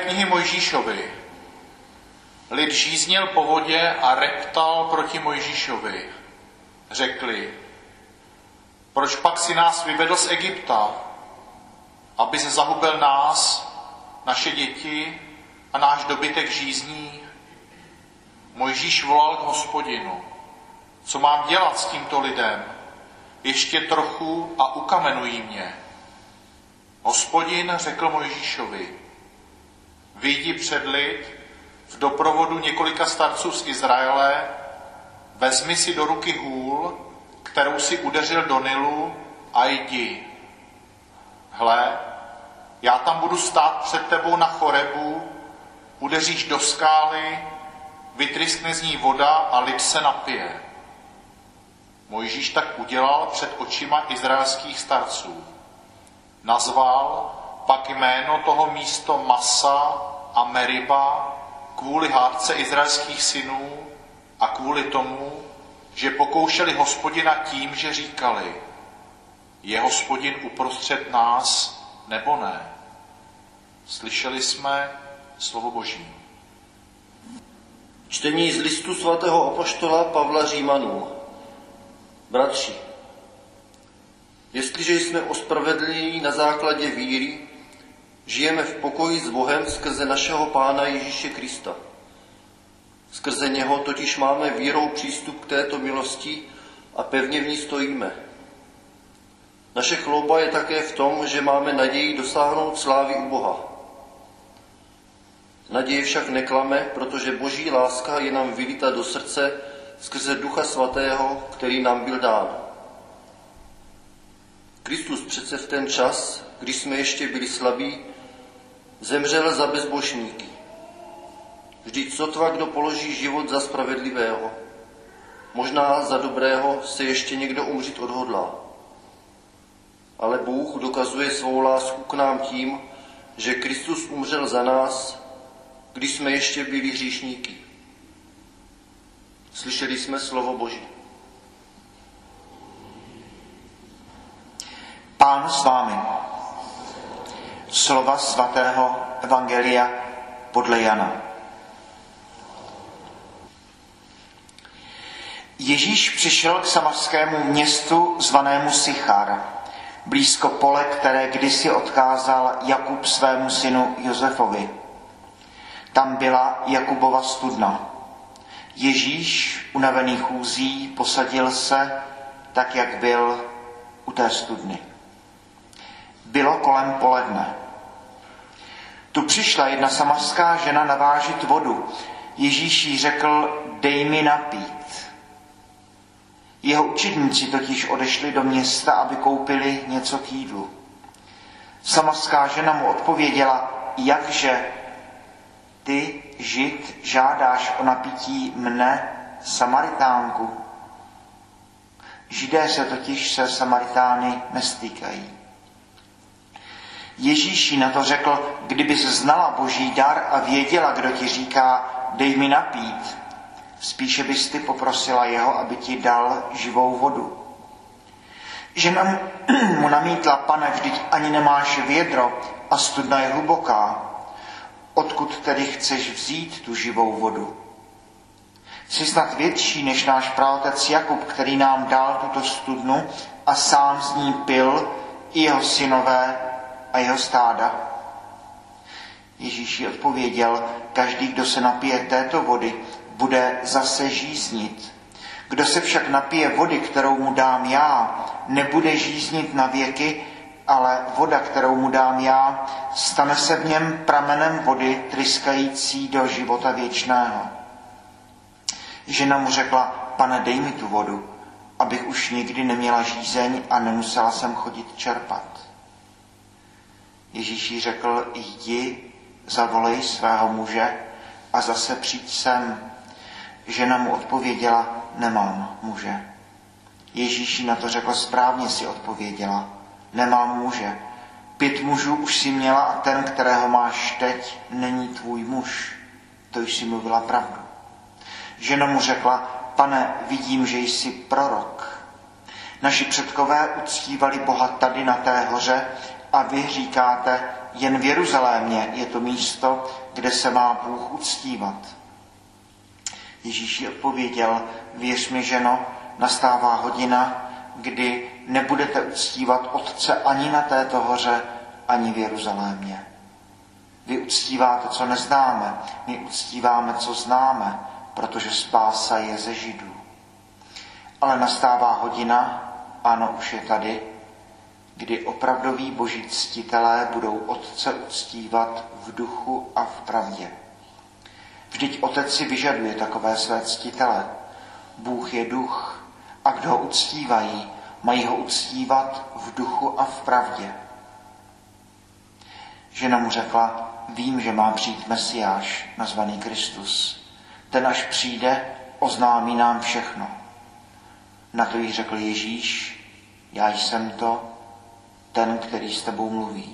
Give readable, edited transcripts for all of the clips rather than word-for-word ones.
knihy Mojžíšovi. Lid žíznil po vodě a reptal proti Mojžíšovi. Řekli, proč pak si nás vyvedl z Egypta, aby se zahubil nás, naše děti a náš dobytek žízní? Mojžíš volal k Hospodinu. Co mám dělat s tímto lidem? Ještě trochu a ukamenují mě. Hospodin řekl Mojžíšovi, vyjdi před lid v doprovodu několika starců z Izraele, vezmi si do ruky hůl, kterou si udeřil do Nilu, a jdi. Hle, já tam budu stát před tebou na Chorebu, udeříš do skály, vytryskne z ní voda a lid se napije. Mojžíš tak udělal před očima izraelských starců. Nazval pak jméno toho místo Masa a Meriba kvůli hádce izraelských synů a kvůli tomu, že pokoušeli Hospodina tím, že říkali, je Hospodin uprostřed nás nebo ne? Slyšeli jsme slovo Boží. Čtení z listu svatého apoštola Pavla Římanům. Bratři, jestliže jsme ospravedlněni na základě víry, žijeme v pokoji s Bohem skrze našeho Pána Ježíše Krista. Skrze něho totiž máme vírou přístup k této milosti a pevně v ní stojíme. Naše chlouba je také v tom, že máme naději dosáhnout slávy u Boha. Naděje však neklame, protože Boží láska je nám vylita do srdce skrze Ducha Svatého, který nám byl dán. Kristus přece v ten čas, když jsme ještě byli slabí, zemřel za bezbožníky. Vždyť sotva kdo položí život za spravedlivého. Možná za dobrého se ještě někdo umřít odhodlá. Ale Bůh dokazuje svou lásku k nám tím, že Kristus umřel za nás, když jsme ještě byli hříšníky. Slyšeli jsme slovo Boží. Pán s vámi. Slova svatého evangelia podle Jana. Ježíš přišel k samařskému městu zvanému Sychar, blízko pole, které kdysi odkázal Jakub svému synu Josefovi. Tam byla Jakubova studna. Ježíš, unavený chůzí, posadil se, tak jak byl, u té studny. Bylo kolem poledne. Tu přišla jedna samařská žena navážit vodu. Ježíš jí řekl, dej mi napít. Jeho učedníci totiž odešli do města, aby koupili něco k jídlu. Samařská žena mu odpověděla, jakže ty, Žid, žádáš o napití mne, Samaritánku. Židé se totiž se Samaritány nestýkají. Ježíš jí na to řekl, kdybys znala Boží dar a věděla, kdo ti říká, dej mi napít, spíše bys ty poprosila jeho, aby ti dal živou vodu. Žena mu namítla, pane, vždyť ani nemáš vědro a studna je hluboká. Odkud tedy chceš vzít tu živou vodu? Jsi snad větší než náš praotec Jakub, který nám dal tuto studnu a sám z ní pil, i jeho synové a jeho stáda. Ježíš jí odpověděl, každý, kdo se napije této vody, bude zase žíznit. Kdo se však napije vody, kterou mu dám já, nebude žíznit na věky, ale voda, kterou mu dám já, stane se v něm pramenem vody, tryskající do života věčného. Žena mu řekla, pane, dej mi tu vodu, abych už nikdy neměla žízeň a nemusela jsem chodit čerpat. Ježíš jí řekl, jdi, zavolej svého muže a zase přijď sem. Žena mu odpověděla, nemám muže. Ježíš jí na to řekl, správně si odpověděla, nemám muže. 5 mužů už si měla a ten, kterého máš teď, není tvůj muž. To jsi mluvila pravdu. Žena mu řekla, pane, vidím, že jsi prorok. Naši předkové uctívali Boha tady na té hoře a vy říkáte, jen v Jeruzalémě je to místo, kde se má Bůh uctívat. Ježíš jí odpověděl, věř mi, ženo, nastává hodina, kdy nebudete uctívat Otce ani na této hoře, ani v Jeruzalémě. Vy uctíváte, co neznáme, my uctíváme, co známe, protože spása je ze Židů. Ale nastává hodina, ano, už je tady, kdy opravdoví boží ctitelé budou Otce uctívat v duchu a v pravdě. Vždyť Otec si vyžaduje takové své ctitele. Bůh je duch a kdo ho uctívají, mají ho uctívat v duchu a v pravdě. Žena mu řekla, vím, že má přijít Mesiáš, nazvaný Kristus. Ten, až přijde, oznámí nám všechno. Na to jí řekl Ježíš, já jsem to, ten, který s tebou mluví.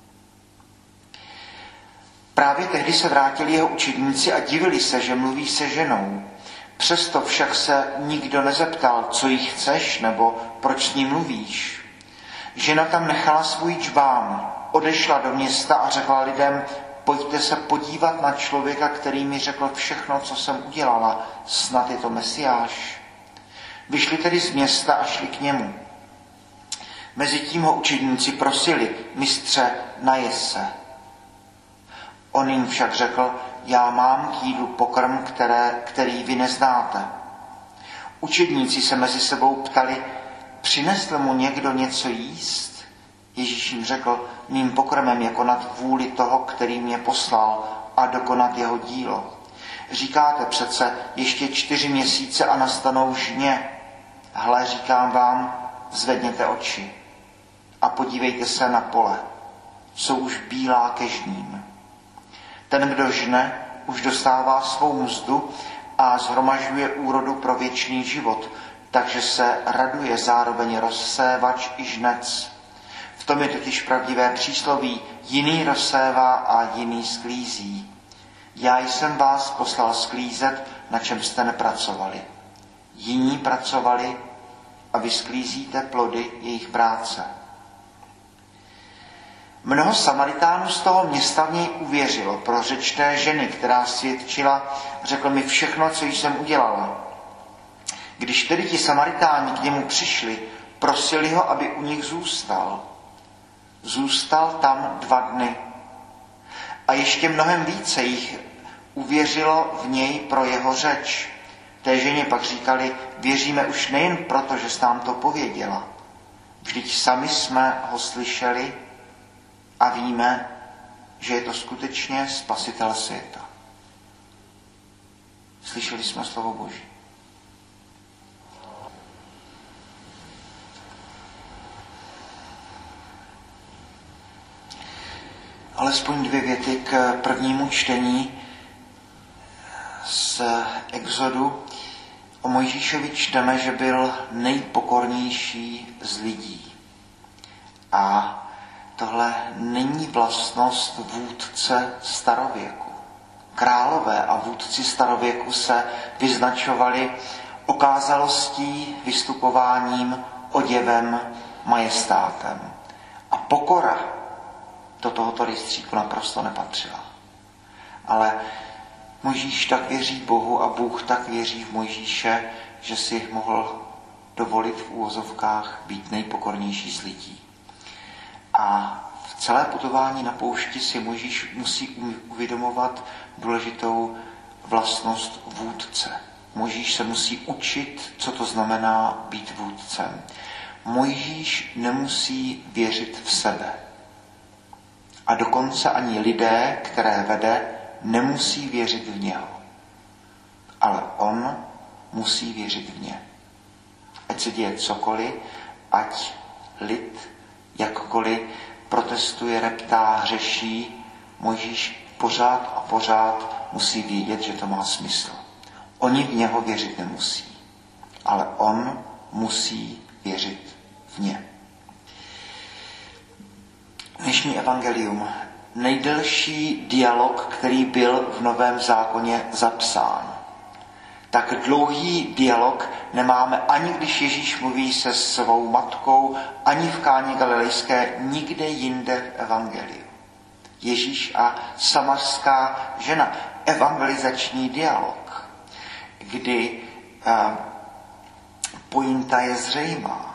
Právě tehdy se vrátili jeho učedníci a divili se, že mluví se ženou. Přesto však se nikdo nezeptal, co jí chceš, nebo proč s ní mluvíš. Žena tam nechala svůj džbán, odešla do města a řekla lidem, pojďte se podívat na člověka, který mi řekl všechno, co jsem udělala, snad je to Mesiáš. Vyšli tedy z města a šli k němu. Mezitím ho učedníci prosili, mistře, najes se. On jim však řekl, já mám k jídlu pokrm, který vy neznáte. Učedníci se mezi sebou ptali, přinesl mu někdo něco jíst? Ježíš jim řekl, mým pokrmem je konat vůli toho, který mě poslal a dokonat jeho dílo. Říkáte přece, ještě 4 měsíce a nastanou žně. Hle, říkám vám, zvedněte oči a podívejte se na pole. Jsou už bílá ke žním. Ten, kdo žne, už dostává svou mzdu a shromažďuje úrodu pro věčný život, takže se raduje zároveň rozsévač i žnec. V tom je totiž pravdivé přísloví, jiný rozsévá a jiný sklízí. Já jsem vás poslal sklízet, na čem jste nepracovali. Jiní pracovali a vy sklízíte plody jejich práce. Mnoho Samaritánů z toho města v něj uvěřilo. Pro řeč té ženy, která svědčila, řekl mi všechno, co jsem udělala. Když tedy ti Samaritáni k němu přišli, prosili ho, aby u nich zůstal. Zůstal tam 2 dny. A ještě mnohem více jich uvěřilo v něj pro jeho řeč. Té ženě pak říkali, věříme už nejen proto, že jsi nám to pověděla. Vždyť sami jsme ho slyšeli a víme, že je to skutečně spasitel světa. Slyšeli jsme slovo Boží. Alespoň 2 věty k prvnímu čtení z Exodu. O Mojžíšovi čteme, že byl nejpokornější z lidí. A tohle není vlastnost vůdce starověku. Králové a vůdci starověku se vyznačovali okázalostí, vystupováním, oděvem, majestátem. A pokora do tohoto rejstříku naprosto nepatřila. Ale Mojžíš tak věří Bohu a Bůh tak věří v Mojžíše, že si mohl dovolit v úvozovkách být nejpokornější z lidí. A v celé putování na poušti si Mojžíš musí uvědomovat důležitou vlastnost vůdce. Mojžíš se musí učit, co to znamená být vůdcem. Mojžíš nemusí věřit v sebe. A dokonce ani lidé, které vede, nemusí věřit v něho. Ale on musí věřit v ně. Ať se děje cokoliv, ať lid jakkoliv protestuje, reptá, hřeší, Mojžíš pořád a pořád musí vědět, že to má smysl. Oni v něho věřit nemusí, ale on musí věřit v ně. Dnešní evangelium. Nejdelší dialog, který byl v Novém zákoně zapsán. Tak dlouhý dialog nemáme ani když Ježíš mluví se svou matkou, ani v Káně Galilejské, nikde jinde v evangeliu. Ježíš a samařská žena. Evangelizační dialog, kdy pointa je zřejmá.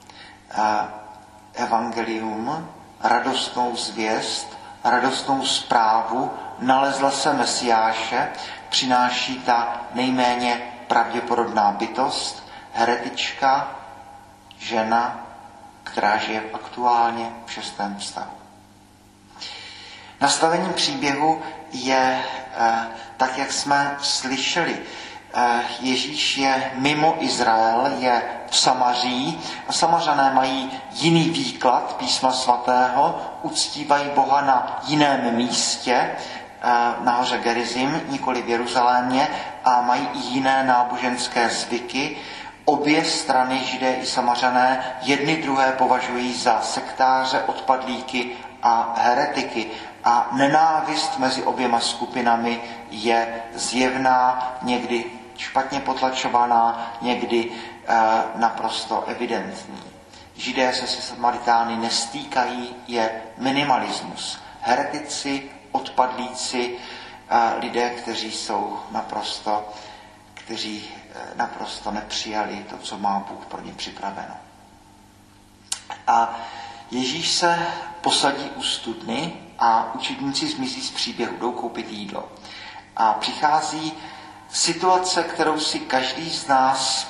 Evangelium, radostnou zvěst, radostnou zprávu, nalezla se Mesiáše, přináší ta nejméně pravděpodobná bytost, heretička, žena, která žije aktuálně v 6. vztahu. Nastavení příběhu je tak, jak jsme slyšeli. Ježíš je mimo Izrael, je v Samaří a Samařané mají jiný výklad písma svatého, uctívají Boha na jiném místě, na hoře Gerizim, nikoli v Jeruzalémě, a mají i jiné náboženské zvyky. Obě strany, Židé i Samařané, jedny druhé považují za sektáře, odpadlíky a heretiky. A nenávist mezi oběma skupinami je zjevná, někdy špatně potlačovaná, někdy naprosto evidentní. Židé se Samaritány nestýkají, je minimalismus. Heretici, odpadlíci, lidé, kteří naprosto nepřijali to, co má Bůh pro ně připraveno. A Ježíš se posadí u studny a učedníci zmizí z příběhu, jdou koupit jídlo. A přichází situace, kterou si každý z nás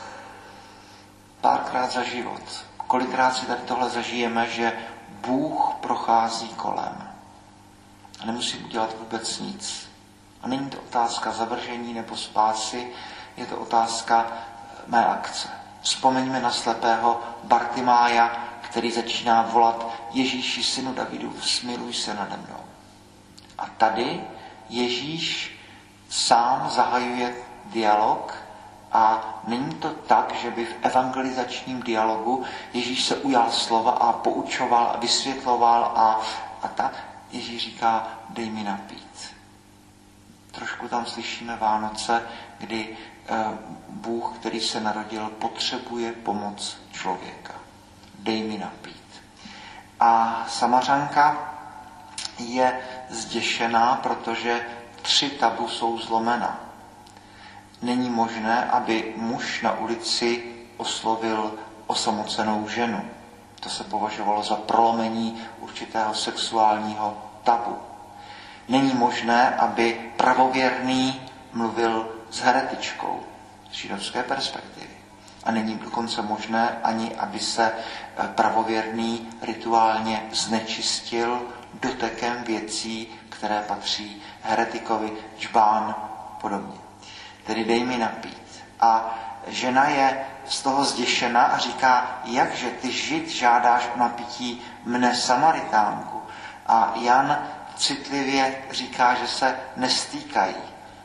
párkrát za život. Kolikrát si tady tohle zažijeme, že Bůh prochází kolem. A nemusím udělat vůbec nic. A není to otázka zavržení nebo spásy, je to otázka mé akce. Vzpomeňme na slepého Bartimája, který začíná volat: Ježíši, synu Davidův, smiluj se nade mnou. A tady Ježíš sám zahajuje dialog a není to tak, že by v evangelizačním dialogu Ježíš se ujal slova a poučoval a vysvětloval a tak. Ježíš říká: dej mi napít. Trošku tam slyšíme Vánoce, kdy Bůh, který se narodil, potřebuje pomoc člověka. Dej mi napít. A Samařanka je zděšená, protože 3 tabu jsou zlomena. Není možné, aby muž na ulici oslovil osamocenou ženu. To se považovalo za prolomení určitého sexuálního tabu. Není možné, aby pravověrný mluvil s heretičkou z židovské perspektivy. A není dokonce možné ani, aby se pravověrný rituálně znečistil dotekem věcí, které patří heretikovi, džbán, podobně. Tedy dej mi napít. A žena je z toho zděšena a říká: jakže ty Žid žádáš o napití mne Samaritánku? A Jan citlivě říká, že se nestýkají.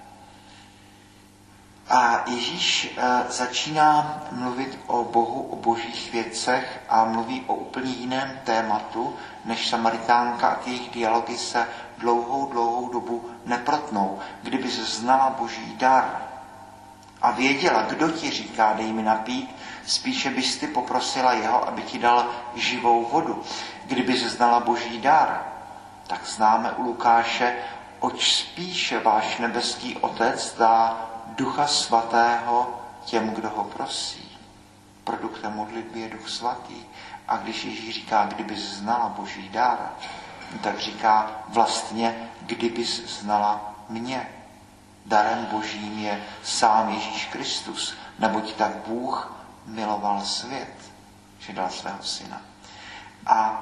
A Ježíš začíná mluvit o Bohu, o božích věcech a mluví o úplně jiném tématu, než Samaritánka, a ty jejich dialogy se dlouhou dobu neprotnou. Kdyby se znala boží dar a věděla, kdo ti říká dej mi napít, spíše bys ty poprosila jeho, aby ti dal živou vodu. Kdyby se znala boží dar, tak známe u Lukáše, oč spíše váš nebeský Otec dá Ducha Svatého těm, kdo ho prosí. Produktem modlitby je Duch Svatý. A když Ježíš říká, kdybys znala boží dar, tak říká vlastně, kdybys znala mě. Darem božím je sám Ježíš Kristus, neboť tak Bůh miloval svět, že dal svého syna. A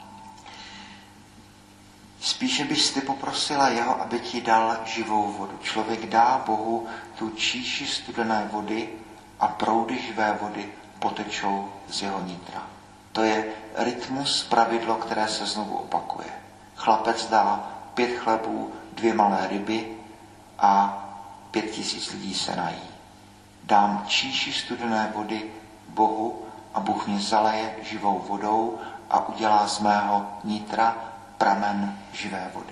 spíše bys ty poprosila jeho, aby ti dal živou vodu. Člověk dá Bohu tu číši studené vody a proudy živé vody potečou z jeho nitra. To je rytmus, pravidlo, které se znovu opakuje. Chlapec dá 5 chlebů, 2 malé ryby a 5 000 lidí se nají. Dám číši studené vody Bohu a Bůh mě zaleje živou vodou a udělá z mého nitra pramen živé vody.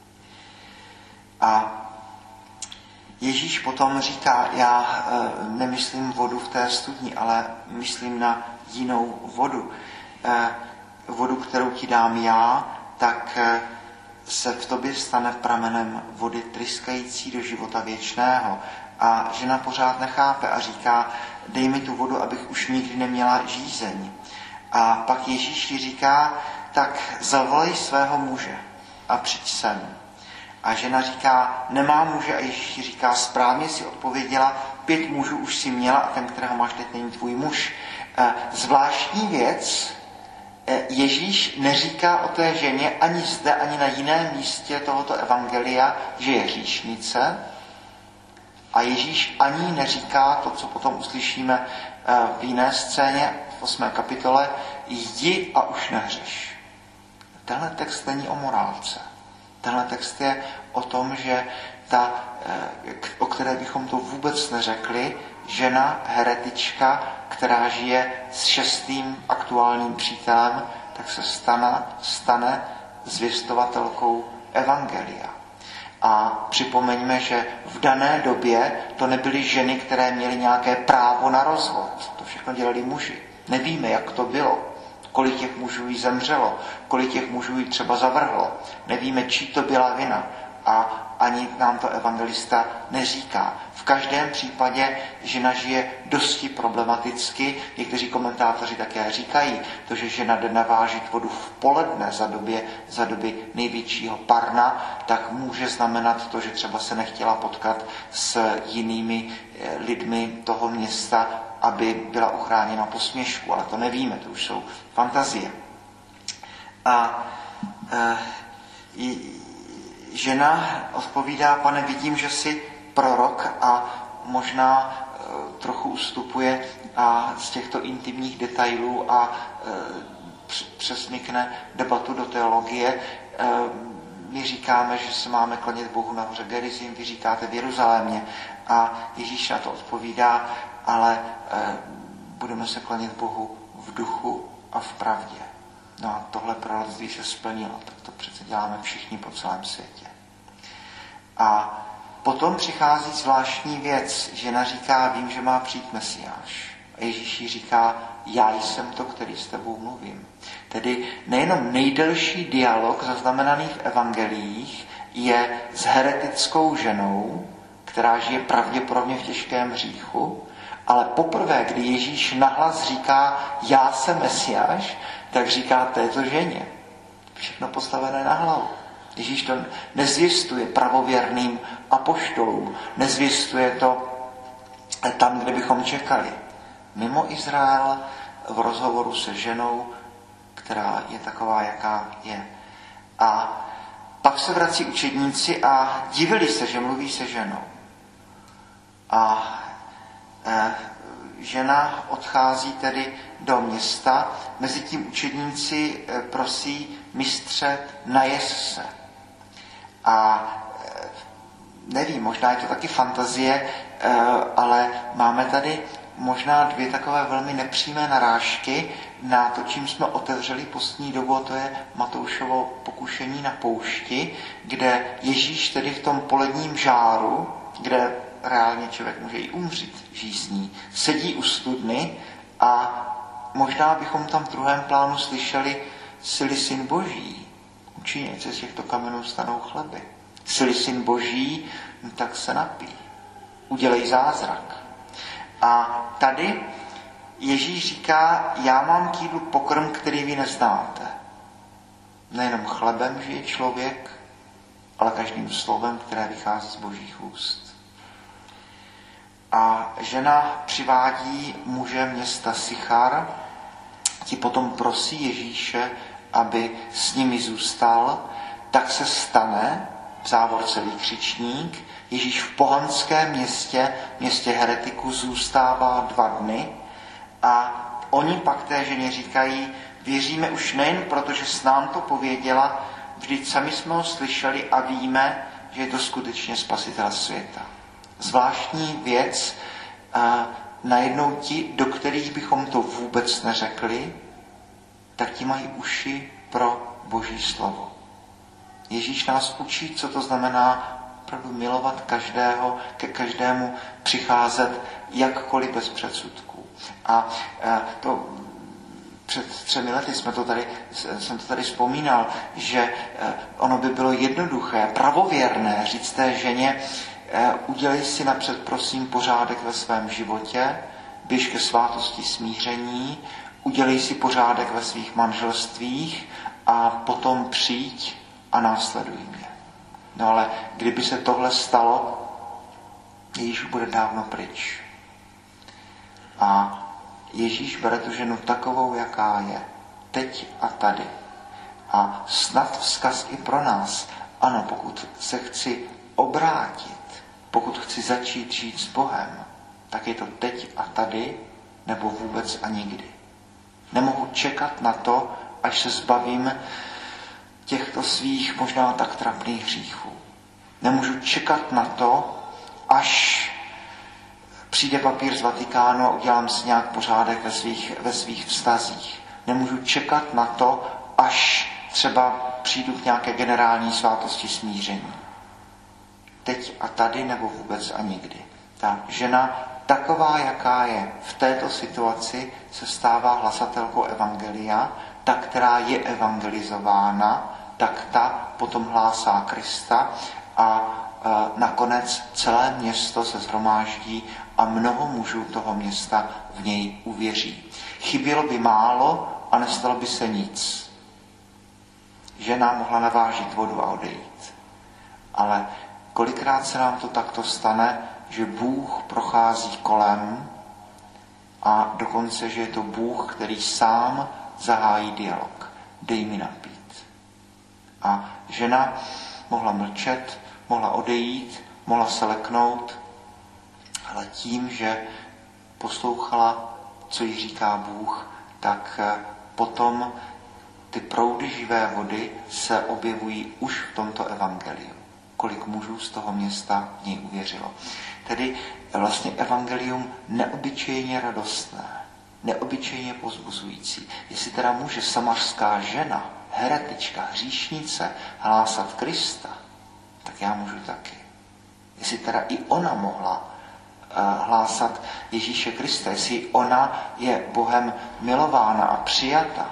A Ježíš potom říká, já nemyslím vodu v té studni, ale myslím na jinou vodu. Vodu, kterou ti dám já, tak se v tobě stane pramenem vody tryskající do života věčného. A žena pořád nechápe a říká, dej mi tu vodu, abych už nikdy neměla žízeň. A pak Ježíš jí říká, tak zavolej svého muže a přijď sem. A žena říká, nemá muže, a Ježíš jí říká, správně si odpověděla, 5 mužů už si měla a ten, kterého máš teď, není tvůj muž. Zvláštní věc, Ježíš neříká o té ženě ani zde, ani na jiném místě tohoto evangelia, že je hříšnice. A Ježíš ani neříká to, co potom uslyšíme v jiné scéně, v 8. kapitole, jdi a už nehřeš. Tenhle text není o morálce. Tenhle text je o tom, že ta, o které bychom to vůbec neřekli, žena, heretička, která žije s 6. aktuálním přítelem, tak se stane zvěstovatelkou evangelia. A připomeňme, že v dané době to nebyly ženy, které měly nějaké právo na rozvod. To všechno dělali muži. Nevíme, jak to bylo. Kolik těch mužů jí zemřelo, kolik těch mužů jí třeba zavrhlo. Nevíme, čí to byla vina. A ani nám to evangelista neříká. V každém případě žena žije dosti problematicky. Někteří komentátoři také říkají, to, že žena jde navážit vodu v poledne za doby největšího parna, tak může znamenat to, že třeba se nechtěla potkat s jinými lidmi toho města, aby byla uchráněna posměšku, ale to nevíme, to už jsou fantazie. A žena odpovídá, pane, vidím, že jsi prorok, a možná trochu ustupuje a z těchto intimních detailů a přesmykne debatu do teologie. My říkáme, že se máme klanět Bohu na hoře Gerizim, vy říkáte v Jeruzalémě, a Ježíš na to odpovídá, ale budeme se klanět Bohu v duchu a v pravdě. No a tohle proroctví se splnilo, tak to přece děláme všichni po celém světě. A potom přichází zvláštní věc. Žena říká, vím, že má přijít Mesiáš. A Ježíš jí říká, já jsem to, který s tebou mluvím. Tedy nejenom nejdelší dialog zaznamenaný v evangeliích je s heretickou ženou, která žije pravděpodobně v těžkém hříchu, ale poprvé, kdy Ježíš nahlas říká, já jsem Mesiáš, tak říká této ženě. Všechno postavené na hlavu. Ježíš to nezvěstuje pravověrným apoštolům, nezvěstuje to tam, kde bychom čekali. Mimo Izrael v rozhovoru se ženou, která je taková, jaká je. A pak se vrací učedníci a divili se, že mluví se ženou. A žena odchází tedy do města, mezitím učedníci prosí, mistře, najez se. A nevím, možná je to taky fantazie, ale máme tady možná 2 takové velmi nepřímé narážky na to, čím jsme otevřeli postní dobu, a to je Matoušovo pokušení na poušti, kde Ježíš tedy v tom poledním žáru, kde reálně člověk může i umřít žízní, sedí u studny a možná bychom tam v druhém plánu slyšeli Jsi-li syn Boží, učině, z těchto kamenů stanou chleby. Jsi-li syn Boží, tak se napij. Udělej zázrak. A tady Ježíš říká, já mám k jídlu pokrm, který vy neznáte. Nejenom chlebem žije člověk, ale každým slovem, které vychází z Božích úst. A žena přivádí muže města Sychar, ti potom prosí Ježíše, aby s nimi zůstal, tak se stane, v závorce výkřičník, Ježíš v pohanském městě heretiků, zůstává 2 dny a oni pak té ženě říkají, věříme už nejen proto, že s nám to pověděla, vždyť sami jsme ho slyšeli a víme, že je to skutečně spasitel světa. Zvláštní věc, najednou ti, do kterých bychom to vůbec neřekli, tak ti mají uši pro Boží slovo. Ježíš nás učí, co to znamená opravdu milovat každého, ke každému přicházet jakkoliv bez předsudků. A to před 3 lety jsem to tady vzpomínal, že ono by bylo jednoduché, pravověrné říct té ženě, udělej si napřed prosím pořádek ve svém životě, běž ke svátosti smíření, udělej si pořádek ve svých manželstvích a potom přijď a následuj mě. No ale kdyby se tohle stalo, Ježíš bude dávno pryč. A Ježíš bere tu ženu takovou, jaká je. Teď a tady. A snad vzkaz i pro nás. Ano, pokud se chci obrátit, pokud chci začít žít s Bohem, tak je to teď a tady, nebo vůbec a nikdy. Nemohu čekat na to, až se zbavím těchto svých možná tak trapných hříchů. Nemůžu čekat na to, až přijde papír z Vatikánu a udělám si nějak pořádek ve svých vztazích. Nemůžu čekat na to, až třeba přijdu k nějaké generální svátosti smíření. Teď a tady nebo vůbec a nikdy. Ta žena taková, jaká je v této situaci, se stává hlasatelkou evangelia, ta, která je evangelizována, tak ta potom hlásá Krista a nakonec celé město se shromáždí a mnoho mužů toho města v něj uvěří. Chybělo by málo a nestalo by se nic. Žena mohla navážit vodu a odejít. Ale kolikrát se nám to takto stane, že Bůh prochází kolem a dokonce, že je to Bůh, který sám zahájí dialog. Dej mi napít. A žena mohla mlčet, mohla odejít, mohla se leknout, ale tím, že poslouchala, co jí říká Bůh, tak potom ty proudy živé vody se objevují už v tomto evangeliu. Kolik mužů z toho města v něj uvěřilo. Tedy vlastně evangelium neobyčejně radostné, neobyčejně povzbuzující. Jestli teda může samařská žena, heretička, hříšnice hlásat Krista, tak já můžu taky. Jestli teda i ona mohla hlásat Ježíše Krista, jestli ona je Bohem milována a přijata,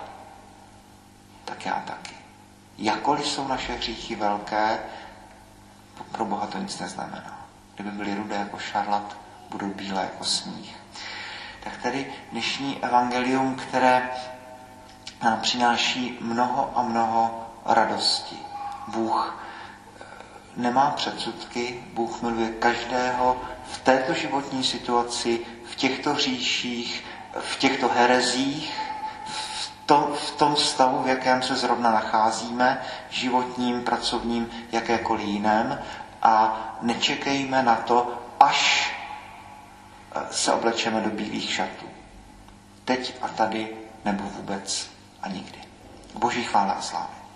tak já taky. Jakkoliv jsou naše hříchy velké, pro Boha to nic neznamená. Kdyby byly rudé jako šarlat, budou bílé jako sníh. Tak tedy dnešní evangelium, které nám přináší mnoho a mnoho radosti. Bůh nemá předsudky, Bůh miluje každého v této životní situaci, v těchto hříších, v těchto herezích, v tom stavu, v jakém se zrovna nacházíme, životním, pracovním, jakékoliv jiném, a nečekejme na to, až se oblečeme do bílých šatů. Teď a tady, nebo vůbec a nikdy. Boží chvála a sláva.